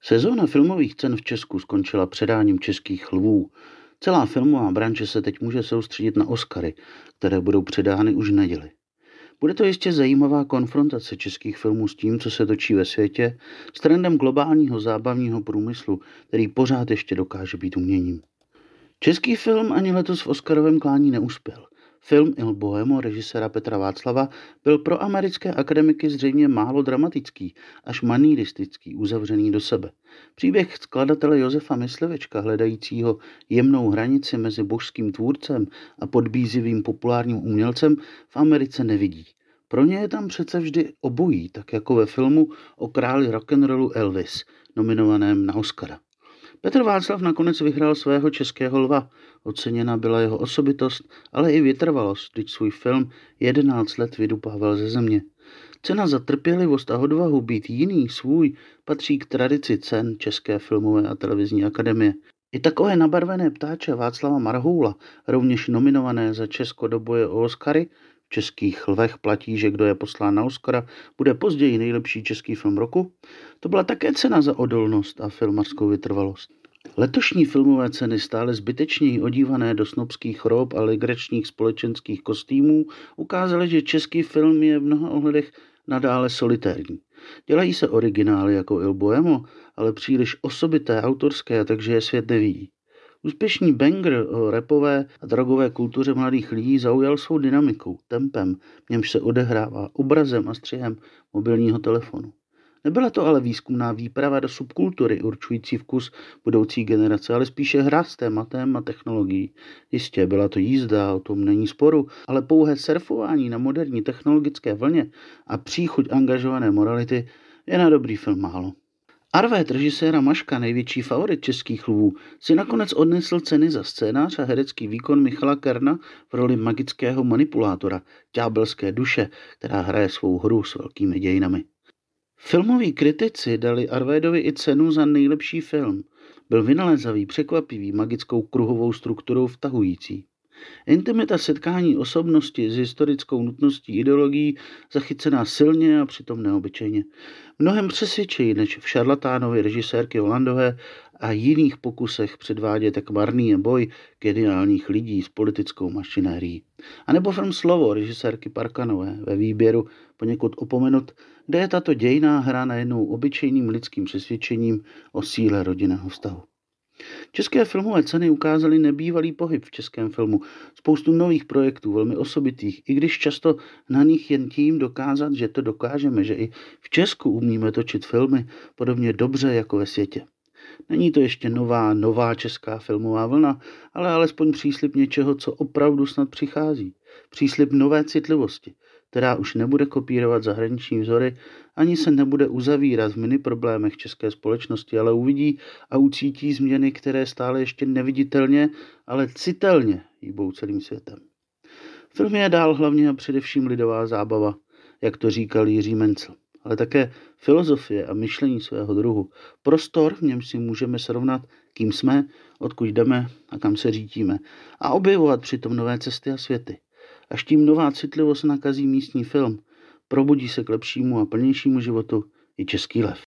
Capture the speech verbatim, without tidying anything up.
Sezóna filmových cen v Česku skončila předáním Českých lvů. Celá filmová branže se teď může soustředit na Oscary, které budou předány už v neděli. Bude to ještě zajímavá konfrontace českých filmů s tím, co se točí ve světě, s trendem globálního zábavního průmyslu, který pořád ještě dokáže být uměním. Český film ani letos v Oscarovém klání neuspěl. Film Il Bohemo režiséra Petra Václava byl pro americké akademiky zřejmě málo dramatický, až manýristický, uzavřený do sebe. Příběh skladatele Josefa Myslivečka, hledajícího jemnou hranici mezi božským tvůrcem a podbízivým populárním umělcem, v Americe nevidí. Pro ně je tam přece vždy obojí, tak jako ve filmu o králi rock'n'rollu Elvis, nominovaném na Oscara. Petr Václav nakonec vyhrál svého českého lva. Oceněna byla jeho osobitost, ale i vytrvalost, když svůj film jedenáct let vydupával ze země. Cena za trpělivost a odvahu být jiný, svůj, patří k tradici cen České filmové a televizní akademie. I takové nabarvené ptáče Václava Marhoula, rovněž nominované za Česko do boje o Oscary, v Českých lvech platí, že kdo je poslán na Oscara, bude později nejlepší český film roku, to byla také cena za odolnost a filmařskou vytrvalost. Letošní filmové ceny stále zbytečněji odívané do snobských rob a legračních společenských kostýmů ukázaly, že český film je v mnoha ohledech nadále solitérní. Dělají se originály jako Il Bohemo, ale příliš osobité, autorské, takže je svět nevidí. Úspěšný banger o rapové a drogové kultuře mladých lidí zaujal svou dynamikou, tempem, v němž se odehrává, obrazem a střihem mobilního telefonu. Nebyla to ale výzkumná výprava do subkultury určující vkus budoucí generace, ale spíše hra s tématem a technologií. Jistě, byla to jízda, o tom není sporu, ale pouhé surfování na moderní technologické vlně a příchuť angažované morality je na dobrý film málo. Arvéd režiséra Maška, největší favorit Českých lvů, si nakonec odnesl ceny za scénář a herecký výkon Michala Kerna v roli magického manipulátora, ďábelské duše, která hraje svou hru s velkými dějinami. Filmoví kritici dali Arvédovi i cenu za nejlepší film. Byl vynalézavý, překvapivý, magickou kruhovou strukturou vtahující. Intimita setkání osobnosti s historickou nutností ideologií zachycená silně a přitom neobyčejně. Mnohem přesvědčeji než v šarlatánovi režisérky Hollandové a jiných pokusech předvádět tak marný je boj geniálních lidí s politickou mašinérií. A nebo film Slovo režisérky Parkanové, ve výběru poněkud opomenut, kde je tato dějinná hra najednou obyčejným lidským přesvědčením o síle rodinného vztahu. České filmové ceny ukázaly nebývalý pohyb v českém filmu, spoustu nových projektů, velmi osobitých, i když často na nich jen tím dokázat, že to dokážeme, že i v Česku umíme točit filmy podobně dobře jako ve světě. Není to ještě nová, nová česká filmová vlna, ale alespoň příslib něčeho, co opravdu snad přichází. Příslib nové citlivosti, která už nebude kopírovat zahraniční vzory, ani se nebude uzavírat v mini problémech české společnosti, ale uvidí a ucítí změny, které stále ještě neviditelně, ale citelně hýbou celým světem. Film je dál hlavně a především lidová zábava, jak to říkal Jiří Mencl, ale také filozofie a myšlení svého druhu. Prostor, v němž si můžeme srovnat, kým jsme, odkud jdeme a kam se řítíme, a objevovat přitom nové cesty a světy. Až tím nová citlivost nakazí místní film, probudí se k lepšímu a plnějšímu životu i český lev.